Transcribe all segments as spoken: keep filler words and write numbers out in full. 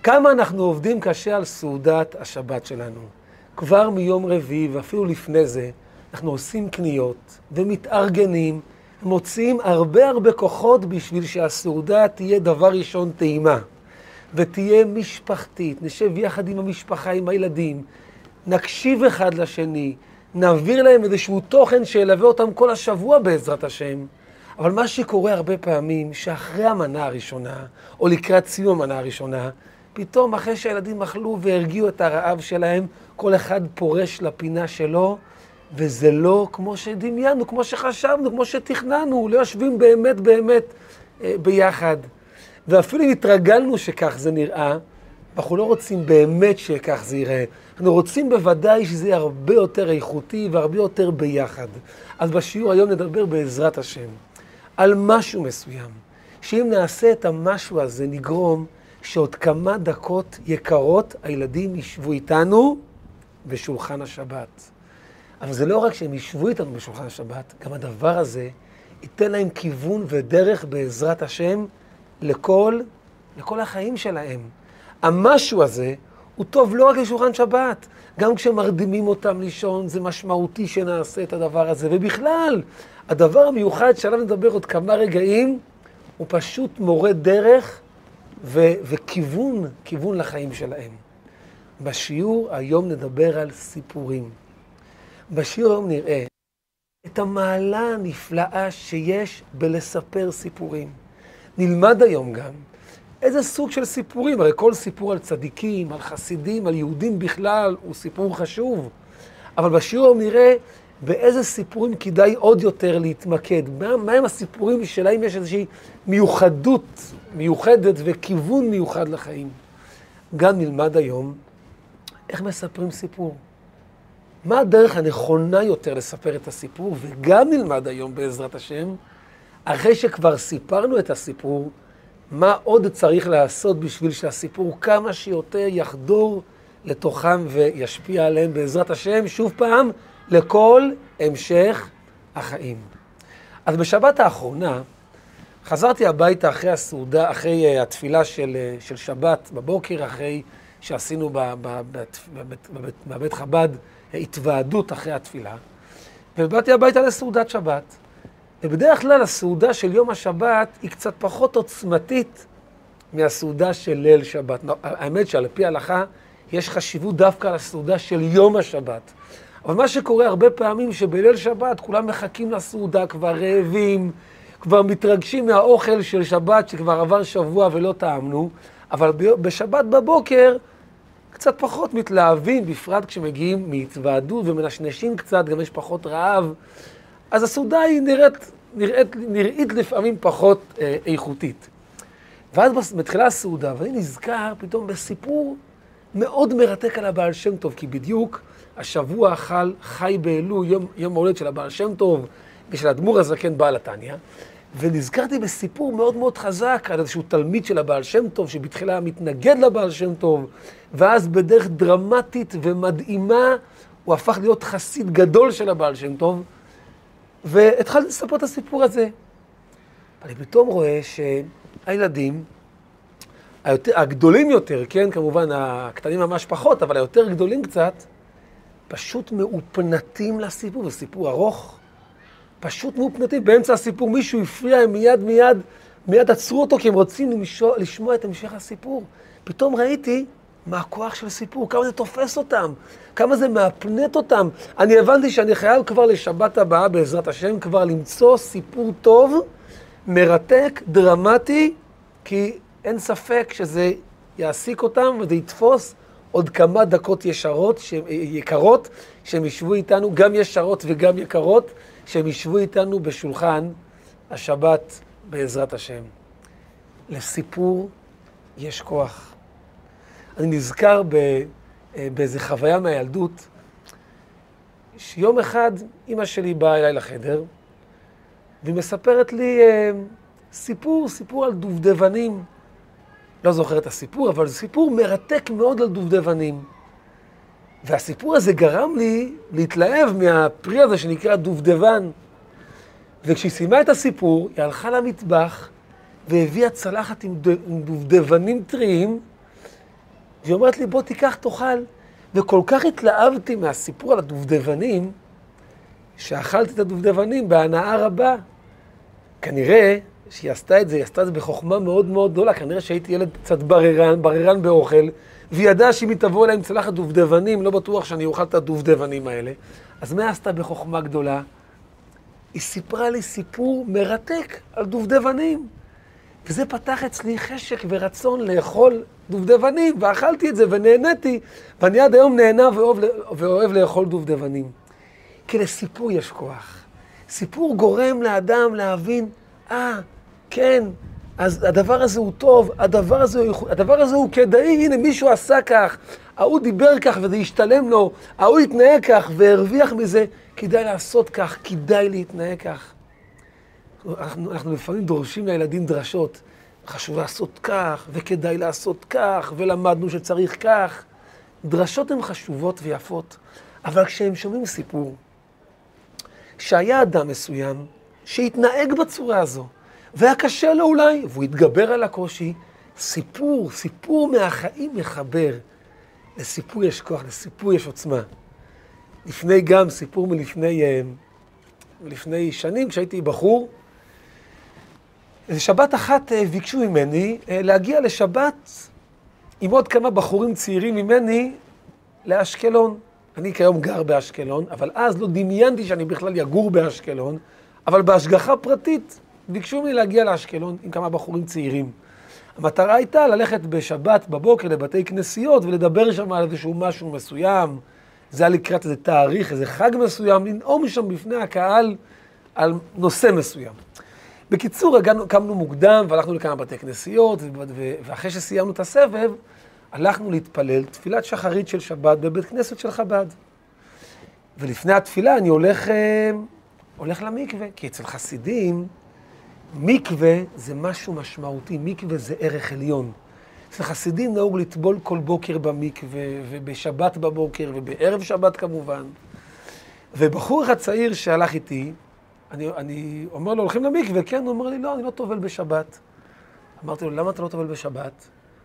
כמה אנחנו עובדים קשה על סעודת השבת שלנו. כבר מיום רביעי ואפילו לפני זה, אנחנו עושים קניות ומתארגנים, מוציאים הרבה הרבה כוחות בשביל שהסעודה תהיה דבר ראשון טעימה, ותהיה משפחתית, נשב יחד עם המשפחה, עם הילדים, נקשיב אחד לשני, נעביר להם איזשהו תוכן שילווה אותם כל השבוע בעזרת השם. אבל מה שקורה הרבה פעמים, שאחרי המנה הראשונה, או לקראת סיום המנה הראשונה, פתאום אחרי שהילדים אכלו והרגיעו את הרעב שלהם, כל אחד פורש לפינה שלו, וזה לא כמו שדמיינו, כמו שחשבנו, כמו שתכננו, לא יושבים באמת באמת אה, ביחד. ואפילו אם התרגלנו שכך זה נראה, אנחנו לא רוצים באמת שכך זה יראה. אנחנו רוצים בוודאי שזה יהיה הרבה יותר איכותי והרבה יותר ביחד. אז בשיעור היום נדבר בעזרת השם על משהו מסוים, שאם נעשה את המשהו הזה נגרום שעוד כמה דקות יקרות הילדים ישבו איתנו בשולחן השבת. אבל זה לא רק שהם ישבו איתנו בשולחן השבת, גם הדבר הזה ייתן להם כיוון ודרך בעזרת השם לכל, לכל החיים שלהם. המשהו הזה הוא טוב לא רק לשולחן שבת, גם כשמרדימים אותם לישון זה משמעותי שנעשה את הדבר הזה. ובכלל, הדבר המיוחד שעליו נדבר עוד כמה רגעים, הוא פשוט מורה דרך ו- וכיוון, כיוון לחיים שלהם. בשיעור היום נדבר על סיפורים. בשיעור היום נראה את המעלה הנפלאה שיש בלספר סיפורים. נלמד היום גם איזה סוג של סיפורים, הרי כל סיפור על צדיקים, על חסידים, על יהודים בכלל, הוא סיפור חשוב. אבל בשיעור היום נראה באיזה סיפורים כדאי עוד יותר להתמקד. מה, מה הם הסיפורים שלהם יש איזושהי מיוחדות, מיוחדת וכיוון מיוחד לחיים. גם נלמד היום איך מספרים סיפור. מה הדרך הנכונה יותר לספר את הסיפור, וגם נלמד היום בעזרת השם, אחרי שכבר סיפרנו את הסיפור, מה עוד צריך לעשות בשביל שהסיפור כמה שיותר יחדור לתוכם וישפיע עליהם בעזרת השם, שוב פעם, לכל המשך החיים. אז בשבת האחרונה, חזרתי הביתה אחרי הסעודה, אחרי התפילה של, של שבת בבוקר, אחרי שעשינו בבית, בבית, בבית, בבית חב"ד התוועדות אחרי התפילה, ובאתי הביתה לסעודת שבת. ובדרך כלל הסעודה של יום השבת היא קצת פחות עוצמתית מהסעודה של ליל שבת. האמת שעל פי ההלכה יש חשיבות דווקא לסעודה של יום השבת. אבל מה שקורה הרבה פעמים שבליל שבת כולם מחכים לסעודה, כבר רעבים, כבר מתרגשים מהאוכל של שבת שכבר עבר שבוע ולא טעמנו, אבל בשבת בבוקר קצת פחות מתלהבים, בפרט כשמגיעים מהתוועדות ומנשנשים קצת, גם יש פחות רעב. אז הסעודה היא נראית, נראית, נראית לפעמים פחות אה, איכותית. ואז בתחילה הסעודה, ואני נזכר פתאום בסיפור מאוד מרתק על הבעל שם טוב, כי בדיוק השבוע חל חי באלול, יום, יום ההולדת של הבעל שם טוב, ושל האדמו"ר הזקן בעל התניא, ונזכרתי בסיפור מאוד מאוד חזק על איזשהו תלמיד של הבעל שם טוב, שבתחילה מתנגד לבעל שם טוב, ואז בדרך דרמטית ומדהימה, הוא הפך להיות חסיד גדול של הבעל שם טוב, והתחלתי לספר את הסיפור הזה. אני פתאום רואה שהילדים, היותר, הגדולים יותר, כן, כמובן הקטנים ממש פחות, אבל היותר גדולים קצת, פשוט מאופנתים לסיפור, וסיפור ארוך, פשוט מאופנתים. באמצע הסיפור מישהו הפריע, הם מיד מיד, מיד עצרו אותו, כי הם רוצים לשמוע, לשמוע את המשך הסיפור. פתאום ראיתי מה הכוח של הסיפור, כמה זה תופס אותם, כמה זה מאפנט אותם. אני הבנתי שאני חייב כבר לשבת הבאה בעזרת השם, כבר למצוא סיפור טוב, מרתק, דרמטי, כי אין ספק שזה יעסיק אותם וזה יתפוס עוד כמה דקות ישרות, יקרות, שהם ישבו איתנו, גם ישרות וגם יקרות, שהם ישבו איתנו בשולחן השבת בעזרת השם. לסיפור יש כוח. אני נזכר באיזו חוויה מהילדות, שיום אחד אמא שלי באה אליי לחדר, והיא מספרת לי סיפור, סיפור על דובדבנים. לא זוכר את הסיפור, אבל זה סיפור מרתק מאוד על דובדבנים. והסיפור הזה גרם לי להתלהב מהפרי הזה שנקרא דובדבן. וכשהיא סיימה את הסיפור, היא הלכה למטבח והביאה צלחת עם דובדבנים טריים, והיא אומרת לי, בוא תיקח, תאכל. וכל כך התלהבתי מהסיפור על הדובדבנים, שאכלתי את הדובדבנים בהנאה רבה. כנראה שהיא עשתה את זה, היא עשתה את זה בחוכמה מאוד מאוד גדולה, כנראה שהייתי ילד קצת בררן, בררן באוכל, והיא ידעה שאם היא תבוא אליי עם צלחת דובדבנים, לא בטוח שאני אוכל את הדובדבנים האלה. אז מה עשתה בחוכמה גדולה? היא סיפרה לי סיפור מרתק על דובדבנים. וזה פתח אצלי חשק ורצון לאכול דובדבנים, ואכלתי את זה ונהניתי, ואני עד היום נהנה ואוהב, ואוהב לאכול דובדבנים. כי לסיפור יש כוח. סיפור גורם לאדם להבין, אה, כן, אז הדבר הזה הוא טוב, הדבר הזה הוא, הדבר הזה הוא כדאי, הנה מישהו עשה כך, ההוא דיבר כך וזה השתלם לו, ההוא התנהג כך והרוויח מזה, כדאי לעשות כך, כדאי להתנהג כך. אנחנו, אנחנו לפעמים דורשים לילדים דרשות, חשוב לעשות כך, וכדאי לעשות כך, ולמדנו שצריך כך. דרשות הן חשובות ויפות, אבל כשהם שומעים סיפור, שהיה אדם מסוים שהתנהג בצורה הזו, והיה קשה לו אולי, והוא התגבר על הקושי, סיפור, סיפור מהחיים מחבר. לסיפור יש כוח, לסיפור יש עוצמה. לפני גם, סיפור מלפני מלפני שנים, כשהייתי בחור, איזה שבת אחת ביקשו ממני להגיע לשבת עם עוד כמה בחורים צעירים ממני לאשקלון. אני כיום גר באשקלון, אבל אז לא דמיינתי שאני בכלל יגור באשקלון, אבל בהשגחה פרטית ביקשו ממני להגיע לאשקלון עם כמה בחורים צעירים. המטרה הייתה ללכת בשבת בבוקר לבתי כנסיות ולדבר שם על איזשהו משהו מסוים. זה היה לקראת איזה תאריך, איזה חג מסוים, לנאום שם בפני הקהל על נושא מסוים. בקיצור, הגענו, קמנו מוקדם והלכנו לכמה בתי כנסיות, ואחרי שסיימנו את הסבב, הלכנו להתפלל תפילת שחרית של שבת בבית כנסת של חב"ד. ולפני התפילה אני הולך, הולך למקווה, כי אצל חסידים, מקווה זה משהו משמעותי, מקווה זה ערך עליון. אצל חסידים נהוג לטבול כל בוקר במקווה, ובשבת בבוקר, ובערב שבת כמובן. ובחור אחד צעיר שהלך איתי, אני, אני אומר לו, הולכים למקווה, כן? הוא אומר לי, לא, אני לא טובל בשבת. אמרתי לו, למה אתה לא טובל בשבת?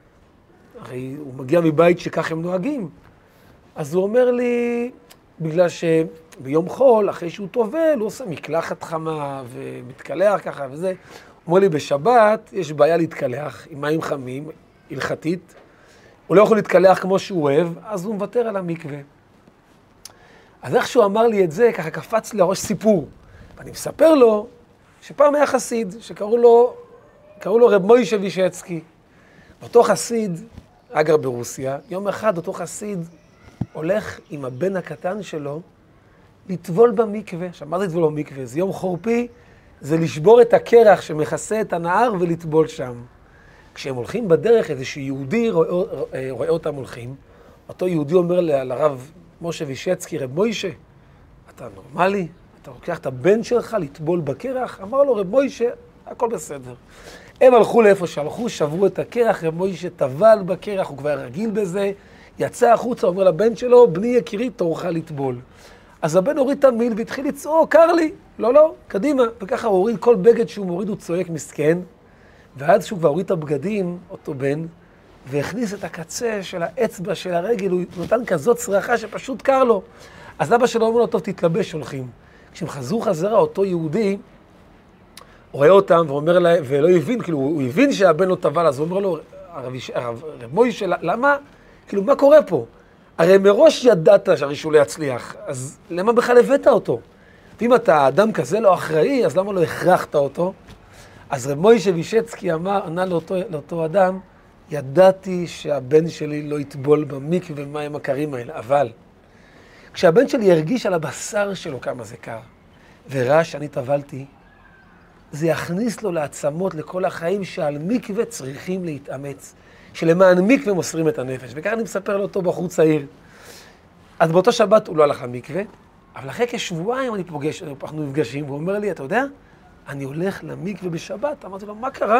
הרי הוא מגיע מבית שכך הם נוהגים. אז הוא אומר לי, בגלל שביום חול, אחרי שהוא טובל, הוא עושה מקלחת חמה ומתקלח ככה וזה. הוא אומר לי, בשבת יש בעיה להתקלח עם מים חמים, הלכתית. הוא לא יכול להתקלח כמו שהוא אוהב, אז הוא מוותר על המקווה. אז איך שהוא אמר לי את זה, ככה קפץ לי הראש סיפור. ואני מספר לו שפעם היה חסיד, שקראו לו, קראו לו רב מוישה וישצקי. אותו חסיד, אגר ברוסיה, יום אחד אותו חסיד הולך עם הבן הקטן שלו לטבול במקווה. שאמרתי לטבול במקווה, זה יום חורפי, זה לשבור את הקרח שמכסה את הנהר ולטבול שם. כשהם הולכים בדרך, איזשהו יהודי רואה, רואה אותם הולכים, אותו יהודי אומר לרב משה וישצקי, רב מוישה, אתה נורמלי? אתה לוקח את הבן שלך לטבול בקרח? אמר לו רב מוישה, הכל בסדר. הם הלכו לאיפה שהלכו, שברו את הקרח, רב מוישה טבל בקרח, הוא כבר רגיל בזה, יצא החוצה, אומר לבן שלו, בני יקירי, תורך לטבול. אז הבן הוריד את המיל והתחיל לצעוק, קר לי. לא, לא, קדימה. וככה הוא הוריד כל בגד שהוא מוריד, הוא צועק מסכן. ואז שהוא כבר הוריד את הבגדים, אותו בן, והכניס את הקצה של האצבע של הרגל, הוא נותן כזאת צרחה שפשוט קר לו. אז אבא שלו אומר לו, טוב, תתלבש, הולכים. כשהם חזרו חזרה, אותו יהודי, רואה אותם ואומר להם, ולא הבין, כאילו, הוא הבין שהבן לא טבל, אז הוא אומר לו, הרב, הרב, הרב מוישה, למה? כאילו, מה קורה פה? הרי מראש ידעת שהרישול לא יצליח, אז למה בכלל הבאת אותו? ואם אתה אדם כזה לא אחראי, אז למה לא הכרחת אותו? אז רב מוישה וישצקי אמר, ענה לאותו, לאותו אדם, ידעתי שהבן שלי לא יטבול במקווה במים הקרים האלה, אבל כשהבן שלי הרגיש על הבשר שלו כמה זה קר, וראה שאני טבלתי, זה יכניס לו לעצמות לכל החיים שעל מקווה צריכים להתאמץ, שלמען מקווה מוסרים את הנפש. וכך אני מספר לאותו בחור צעיר. אז באותו שבת הוא לא הלך למקווה, אבל אחרי כשבועיים אני פוגש, אנחנו נפגשים, והוא אומר לי, אתה יודע, אני הולך למקווה בשבת. אמרתי לו, מה קרה?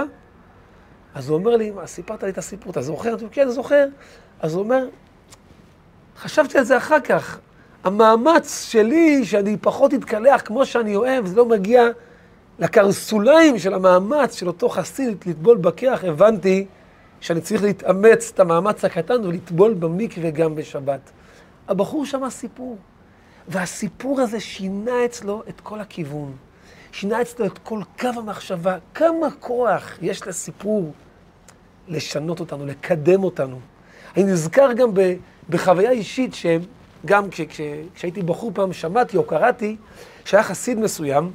אז הוא אומר לי, מה, סיפרת לי את הסיפור, אתה זוכר? אני אומר, כן, זוכר. אז הוא אומר, חשבתי על זה אחר כך. המאמץ שלי, שאני פחות אתקלח כמו שאני אוהב, זה לא מגיע לקרסוליים של המאמץ של אותו חסיד לטבול בקרח, הבנתי שאני צריך להתאמץ את המאמץ הקטן ולטבול במקווה גם בשבת. הבחור שמע סיפור, והסיפור הזה שינה אצלו את כל הכיוון. שינה אצלו את כל קו המחשבה. כמה כוח יש לסיפור לשנות אותנו, לקדם אותנו. אני נזכר גם בחוויה אישית שגם כש, כש, כשהייתי בחור פעם שמעתי או קראתי שהיה חסיד מסוים,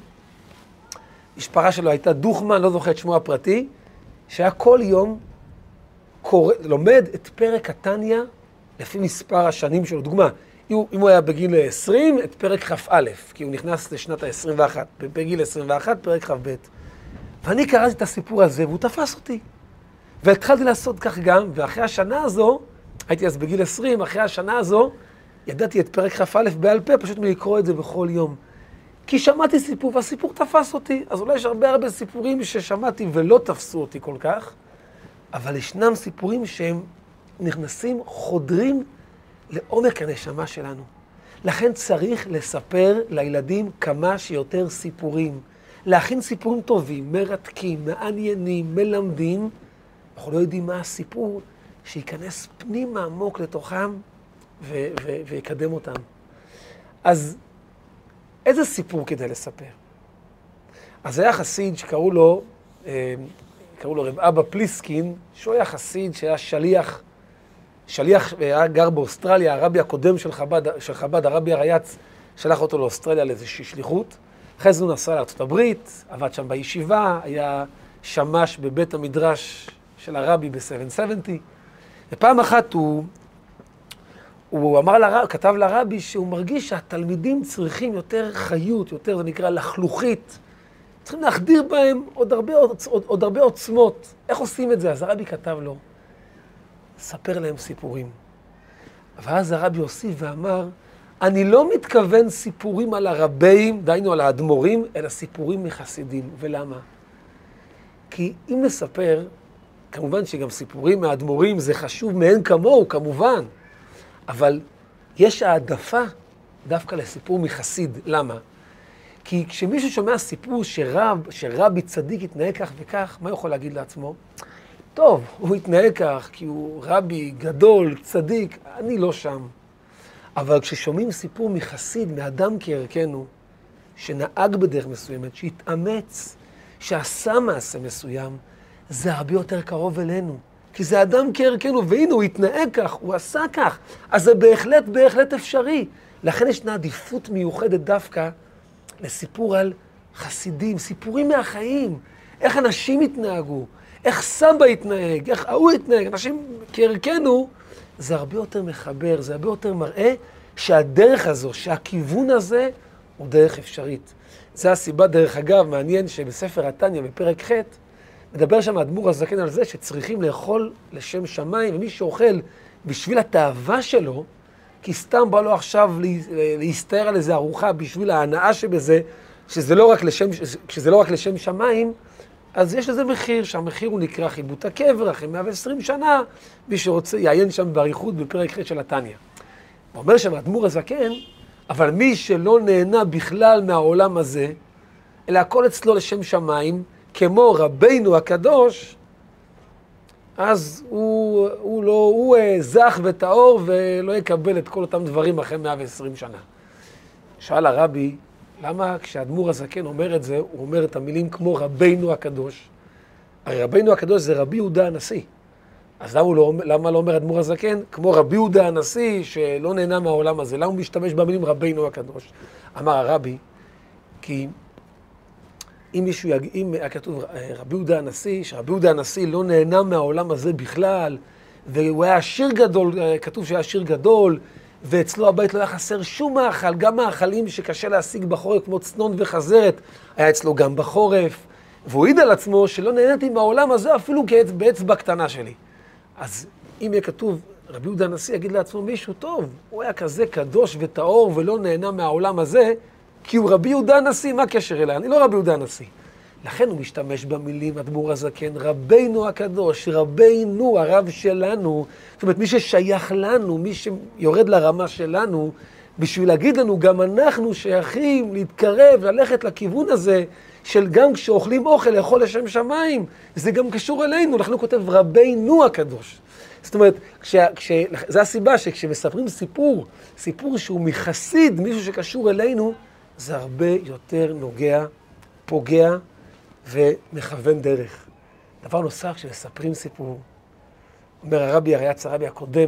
משפחה שלו הייתה דוכמן, לא זוכר את שמו הפרטי, שהיה כל יום קורא, לומד את פרק התניא לפי מספר השנים שלו. דוגמה, אם הוא היה בגיל עשרים, את פרק כ"א, כי הוא נכנס לשנת ה-עשרים ואחת, בגיל עשרים ואחת, פרק כ"ב. ואני קראתי את הסיפור הזה, והוא תפס אותי. והתחלתי לעשות כך גם, ואחרי השנה הזו, הייתי אז בגיל עשרים, אחרי השנה הזו, ידעתי את פרק כ"א בעל פה, פשוט מלקרוא את זה בכל יום. כי שמעתי סיפור, והסיפור תפס אותי. אז אולי יש הרבה הרבה סיפורים ששמעתי ולא תפסו אותי כל כך, אבל ישנם סיפורים שהם נכנסים, חודרים לעומק הנשמה שלנו. לכן צריך לספר לילדים כמה שיותר סיפורים. להכין סיפורים טובים, מרתקים, מעניינים, מלמדים. אנחנו לא יודעים מה הסיפור שייכנס פנימה עמוק לתוכם ו- ו- ויקדם אותם. אז איזה סיפור כדי לספר? אז היה חסיד שקראו לו, קראו לו רב אבא פליסקין, שהוא היה חסיד שהיה שליח, שליח היה גר באוסטרליה, הרבי הקודם של חב"ד, של חב"ד, הרבי הרייץ, שלח אותו לאוסטרליה לאיזושהי שליחות. אחרי זה הוא נסע לארצות הברית, עבד שם בישיבה, היה שמש בבית המדרש של הרבי ב-שבע שבעים. ופעם אחת הוא, הוא אמר לרב, כתב לרבי שהוא מרגיש שהתלמידים צריכים יותר חיות, יותר, זה נקרא לחלוכית. צריכים להחדיר בהם עוד הרבה, עוד, עוד הרבה עוצמות. איך עושים את זה? אז הרבי כתב לו, ספר להם סיפורים. ואז הרבי הוסיף ואמר, אני לא מתכוון סיפורים על הרבים, דיינו על האדמו"רים, אלא סיפורים מחסידים. ולמה? כי אם נספר, כמובן שגם סיפורים מהאדמו"רים זה חשוב מאין כמוהו, כמובן. אבל יש העדפה דווקא לסיפור מחסיד. למה? כי כשמישהו שומע סיפור שרב, שרבי צדיק יתנהג כך וכך, מה יכול להגיד לעצמו? טוב, הוא יתנהג כך כי הוא רבי גדול, צדיק, אני לא שם. אבל כששומעים סיפור מחסיד, מאדם כערכנו, שנהג בדרך מסוימת, שהתאמץ, שעשה מעשה מסוים, זה הרבה יותר קרוב אלינו. כי זה אדם כערכנו, והנה הוא התנהג כך, הוא עשה כך, אז זה בהחלט, בהחלט אפשרי. לכן ישנה עדיפות מיוחדת דווקא לסיפור על חסידים, סיפורים מהחיים, איך אנשים התנהגו, איך סבא התנהג, איך ההוא התנהג, אנשים כערכנו, זה הרבה יותר מחבר, זה הרבה יותר מראה שהדרך הזו, שהכיוון הזה הוא דרך אפשרית. זה הסיבה, דרך אגב, מעניין שבספר התניא, בפרק ח', מדבר שם האדמו"ר הזקן על זה שצריכים לאכול לשם שמיים, ומי שאוכל בשביל התאווה שלו, כי סתם בא לו עכשיו להסתער על איזה ארוחה בשביל ההנאה שבזה, שזה לא רק לשם, שזה לא רק לשם שמיים, אז יש לזה מחיר, שהמחיר הוא נקרא חיבוט הקבר, אחרי מאה ועשרים שנה, מי שרוצה יעיין שם באריכות בפרק ח' של התניא. הוא אומר שם האדמו"ר הזקן, אבל מי שלא נהנה בכלל מהעולם הזה, אלא הכל אצלו לשם שמיים, כמו רבינו הקדוש, אז הוא, הוא, לא, הוא זך וטהור ולא יקבל את כל אותם דברים אחרי מאה ועשרים שנה. שאל הרבי, למה כשהאדמו"ר הזקן אומר את זה, הוא אומר את המילים כמו רבינו הקדוש? הרי רבינו הקדוש זה רבי יהודה הנשיא. אז למה, לא, למה לא אומר האדמו"ר הזקן? כמו רבי יהודה הנשיא שלא נהנה מהעולם הזה. למה הוא משתמש במילים רבינו הקדוש? אמר הרבי, כי אם מישהו יגיד, אם היה כתוב רבי יהודה הנשיא, שרבי יהודה הנשיא לא נהנה מהעולם הזה בכלל, והוא היה עשיר גדול, כתוב שהיה עשיר גדול, ואצלו הבית לא היה חסר שום מאכל, גם מאכלים שקשה להשיג בחורף, כמו צנון וחזרת, היה אצלו גם בחורף, והוא העיד על עצמו שלא נהניתי מהעולם הזה אפילו באצבע קטנה שלי. אז אם יהיה כתוב, רבי יהודה הנשיא יגיד לעצמו מישהו טוב, הוא היה כזה קדוש וטהור ולא נהנה מהעולם הזה, כי הוא רבי יהודה הנשיא, מה הקשר אליי? אני לא רבי יהודה הנשיא. לכן הוא משתמש במילים, אדמו"ר הזקן, רבינו הקדוש, רבינו, הרב שלנו, זאת אומרת, מי ששייך לנו, מי שיורד לרמה שלנו, בשביל להגיד לנו, גם אנחנו שייכים להתקרב, ללכת לכיוון הזה, של גם כשאוכלים אוכל לאכול לשם שמיים, זה גם קשור אלינו, לכן הוא כותב רבינו הקדוש. זאת אומרת, כש, כש, זה הסיבה שכשמספרים סיפור, סיפור שהוא מחסיד, מישהו שקשור אלינו, זה הרבה יותר נוגע, פוגע ומכוון דרך. דבר נוסף, כשמספרים סיפור, אומר הרבי הרי"צ הרבי הקודם,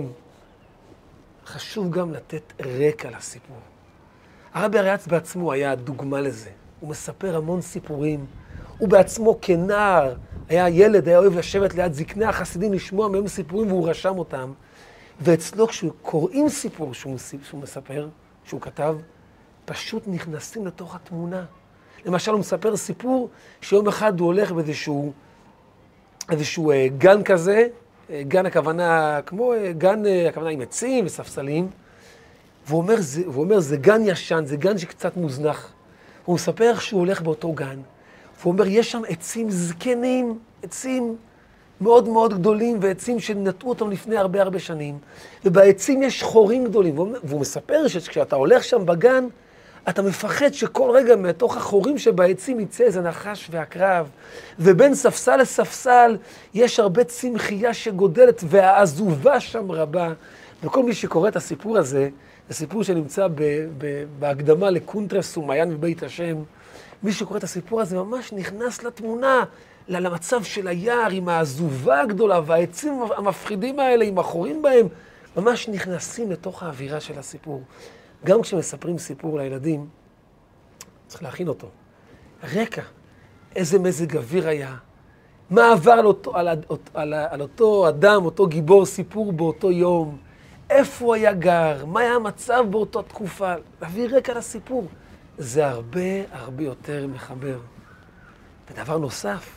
חשוב גם לתת רקע לסיפור. הרבי הרי"צ בעצמו היה דוגמה לזה. הוא מספר המון סיפורים. הוא בעצמו כנער, היה ילד, היה אוהב לשבת ליד זקני החסידים, לשמוע מהם סיפורים והוא רשם אותם. ואצלו כשקוראים סיפור שהוא, שהוא מספר, שהוא כתב, פשוט נכנסים לתוך התמונה. למשל הוא מספר סיפור שיום אחד הוא הולך באיזשהו איזשהו גן כזה, גן הכוונה, כמו גן הכוונה עם עצים וספסלים, והוא אומר, זה, והוא אומר, זה גן ישן, זה גן שקצת מוזנח. הוא מספר איך שהוא הולך באותו גן, והוא אומר, יש שם עצים זקנים, עצים מאוד מאוד גדולים, ועצים שנטעו אותם לפני הרבה הרבה שנים, ובעצים יש חורים גדולים, והוא, והוא מספר שכשאתה הולך שם בגן, אתה מפחד שכל רגע מתוך החורים שבעצים יצא איזה נחש ועקרב, ובין ספסל לספסל יש הרבה צמחייה שגודלת, והעזובה שם רבה. וכל מי שקורא את הסיפור הזה, זה סיפור שנמצא ב, ב, בהקדמה לקונטרס ומעיין מבית השם. מי שקורא את הסיפור הזה ממש נכנס לתמונה, למצב של היער עם העזובה הגדולה, והעצים המפחידים האלה עם החורים בהם, ממש נכנסים לתוך האווירה של הסיפור. גם כשמספרים סיפור לילדים, צריך להכין אותו. רקע, איזה מזג אוויר היה, מה עבר על אותו, על, על, על אותו אדם, אותו גיבור סיפור באותו יום, איפה הוא היה גר, מה היה המצב באותה תקופה, להביא רקע לסיפור. זה הרבה הרבה יותר מחבר. ודבר נוסף,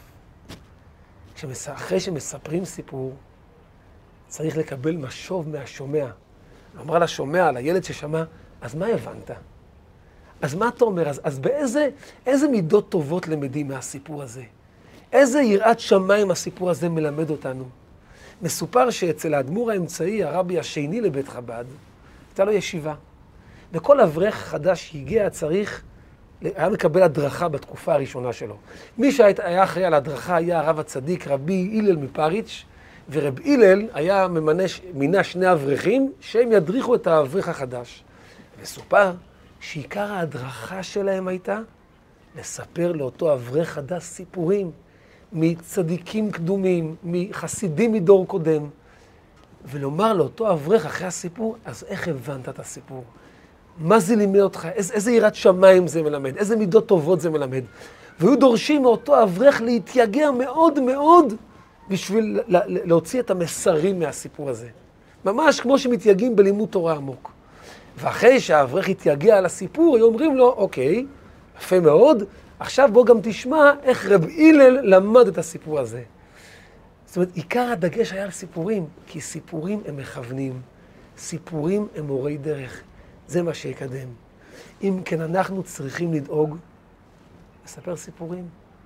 אחרי שמספרים סיפור, צריך לקבל משוב מהשומע. אמרה לשומע, לילד ששמע, אז מה הבנת? אז מה אתה אומר? אז, אז באיזה איזה מידות טובות למדים מהסיפור הזה? איזה יראת שמיים הסיפור הזה מלמד אותנו? מסופר שאצל האדמו"ר האמצעי, הרבי השני לבית חב"ד, הייתה לו ישיבה. וכל אברך חדש שהגיע צריך, היה מקבל הדרכה בתקופה הראשונה שלו. מי שהיה אחראי על ההדרכה היה הרב הצדיק, רבי הלל מפריץ', ורב הלל היה ממנה, מינה שני אברכים שהם ידריכו את האברך החדש. וסופר שעיקר ההדרכה שלהם הייתה לספר לאותו אברך חדש סיפורים מצדיקים קדומים, מחסידים מדור קודם, ולומר לאותו אברך אחרי הסיפור, אז איך הבנת את הסיפור? מה זה לימד אותך? איזה, איזה יראת שמיים זה מלמד? איזה מידות טובות זה מלמד? והיו דורשים מאותו אברך להתייגע מאוד מאוד בשביל להוציא את המסרים מהסיפור הזה. ממש כמו שמתייגעים בלימוד תורה עמוק. ואחרי שהאברך התייגע על הסיפור, היו אומרים לו, אוקיי, יפה מאוד, עכשיו בוא גם תשמע איך רב הלל למד את הסיפור הזה. זאת אומרת, עיקר הדגש היה על סיפורים, כי סיפורים הם מכוונים, סיפורים הם מורי דרך. זה מה שיקדם. אם כן, אנחנו צריכים לדאוג לספר סיפורים.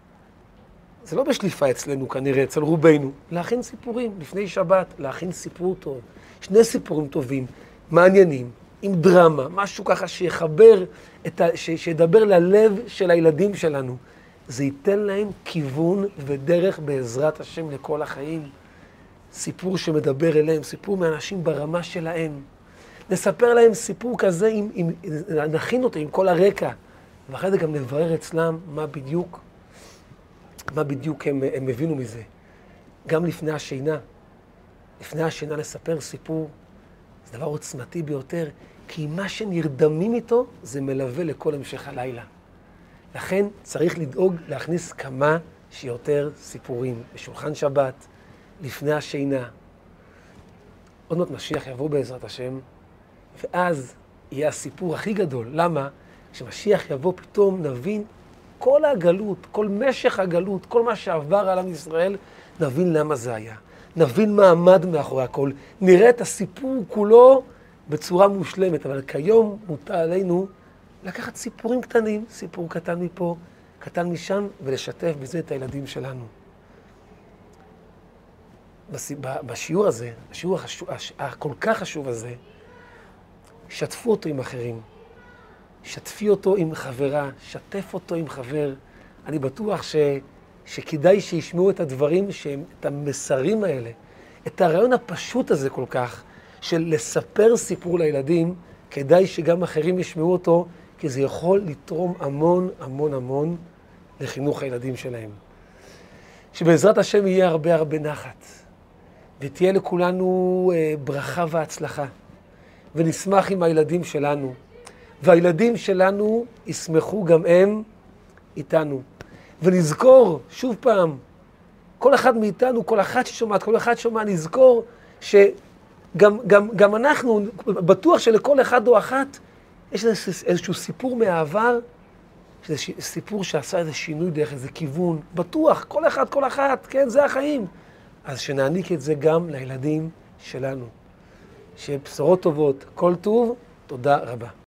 זה לא בשליפה אצלנו כנראה, אצל רובנו. להכין סיפורים, לפני שבת, להכין סיפור טוב. שני סיפורים טובים, מעניינים, עם דרמה, משהו ככה שיחבר, את ה... ש... שידבר ללב של הילדים שלנו. זה ייתן להם כיוון ודרך בעזרת השם לכל החיים. סיפור שמדבר אליהם, סיפור מאנשים ברמה שלהם. נספר להם סיפור כזה, עם, עם, נכין אותו עם כל הרקע, ואחרי זה גם נברר אצלם מה בדיוק, מה בדיוק הם, הם הבינו מזה. גם לפני השינה, לפני השינה לספר סיפור, זה דבר עוצמתי ביותר, כי מה שנרדמים איתו זה מלווה לכל המשך הלילה. לכן צריך לדאוג להכניס כמה שיותר סיפורים בשולחן שבת, לפני השינה. עוד מעט משיח יבוא בעזרת השם, ואז יהיה הסיפור הכי גדול. למה? כשמשיח יבוא פתאום נבין כל הגלות, כל משך הגלות, כל מה שעבר על עם ישראל, נבין למה זה היה. נבין מה עמד מאחורי הכל. נראה את הסיפור כולו בצורה מושלמת, אבל כיום מוטל עלינו לקחת סיפורים קטנים, סיפור קטן מפה, קטן משם, ולשתף בזה את הילדים שלנו. בשיעור הזה, השיעור החשוב, הכל כך חשוב הזה, שתפו אותו עם אחרים. שתפי אותו עם חברה, שתף אותו עם חבר. אני בטוח ש, שכדאי שישמעו את הדברים, שהם, את המסרים האלה, את הרעיון הפשוט הזה כל כך, של לספר סיפור לילדים, כדאי שגם אחרים ישמעו אותו, כי זה יכול לתרום המון המון המון לחינוך הילדים שלהם. שבעזרת השם יהיה הרבה הרבה נחת, ותהיה לכולנו ברכה והצלחה, ונשמח עם הילדים שלנו, והילדים שלנו ישמחו גם הם איתנו. ונזכור, שוב פעם, כל אחד מאיתנו, כל אחת ששומעת, כל אחד שומע, נזכור שגם גם, גם אנחנו, בטוח שלכל אחד או אחת, יש איזשהו סיפור מהעבר, שזה סיפור שעשה איזה שינוי דרך איזה כיוון, בטוח, כל אחד, כל אחת, כן, זה החיים. אז שנעניק את זה גם לילדים שלנו. שבשורות טובות, כל טוב, תודה רבה.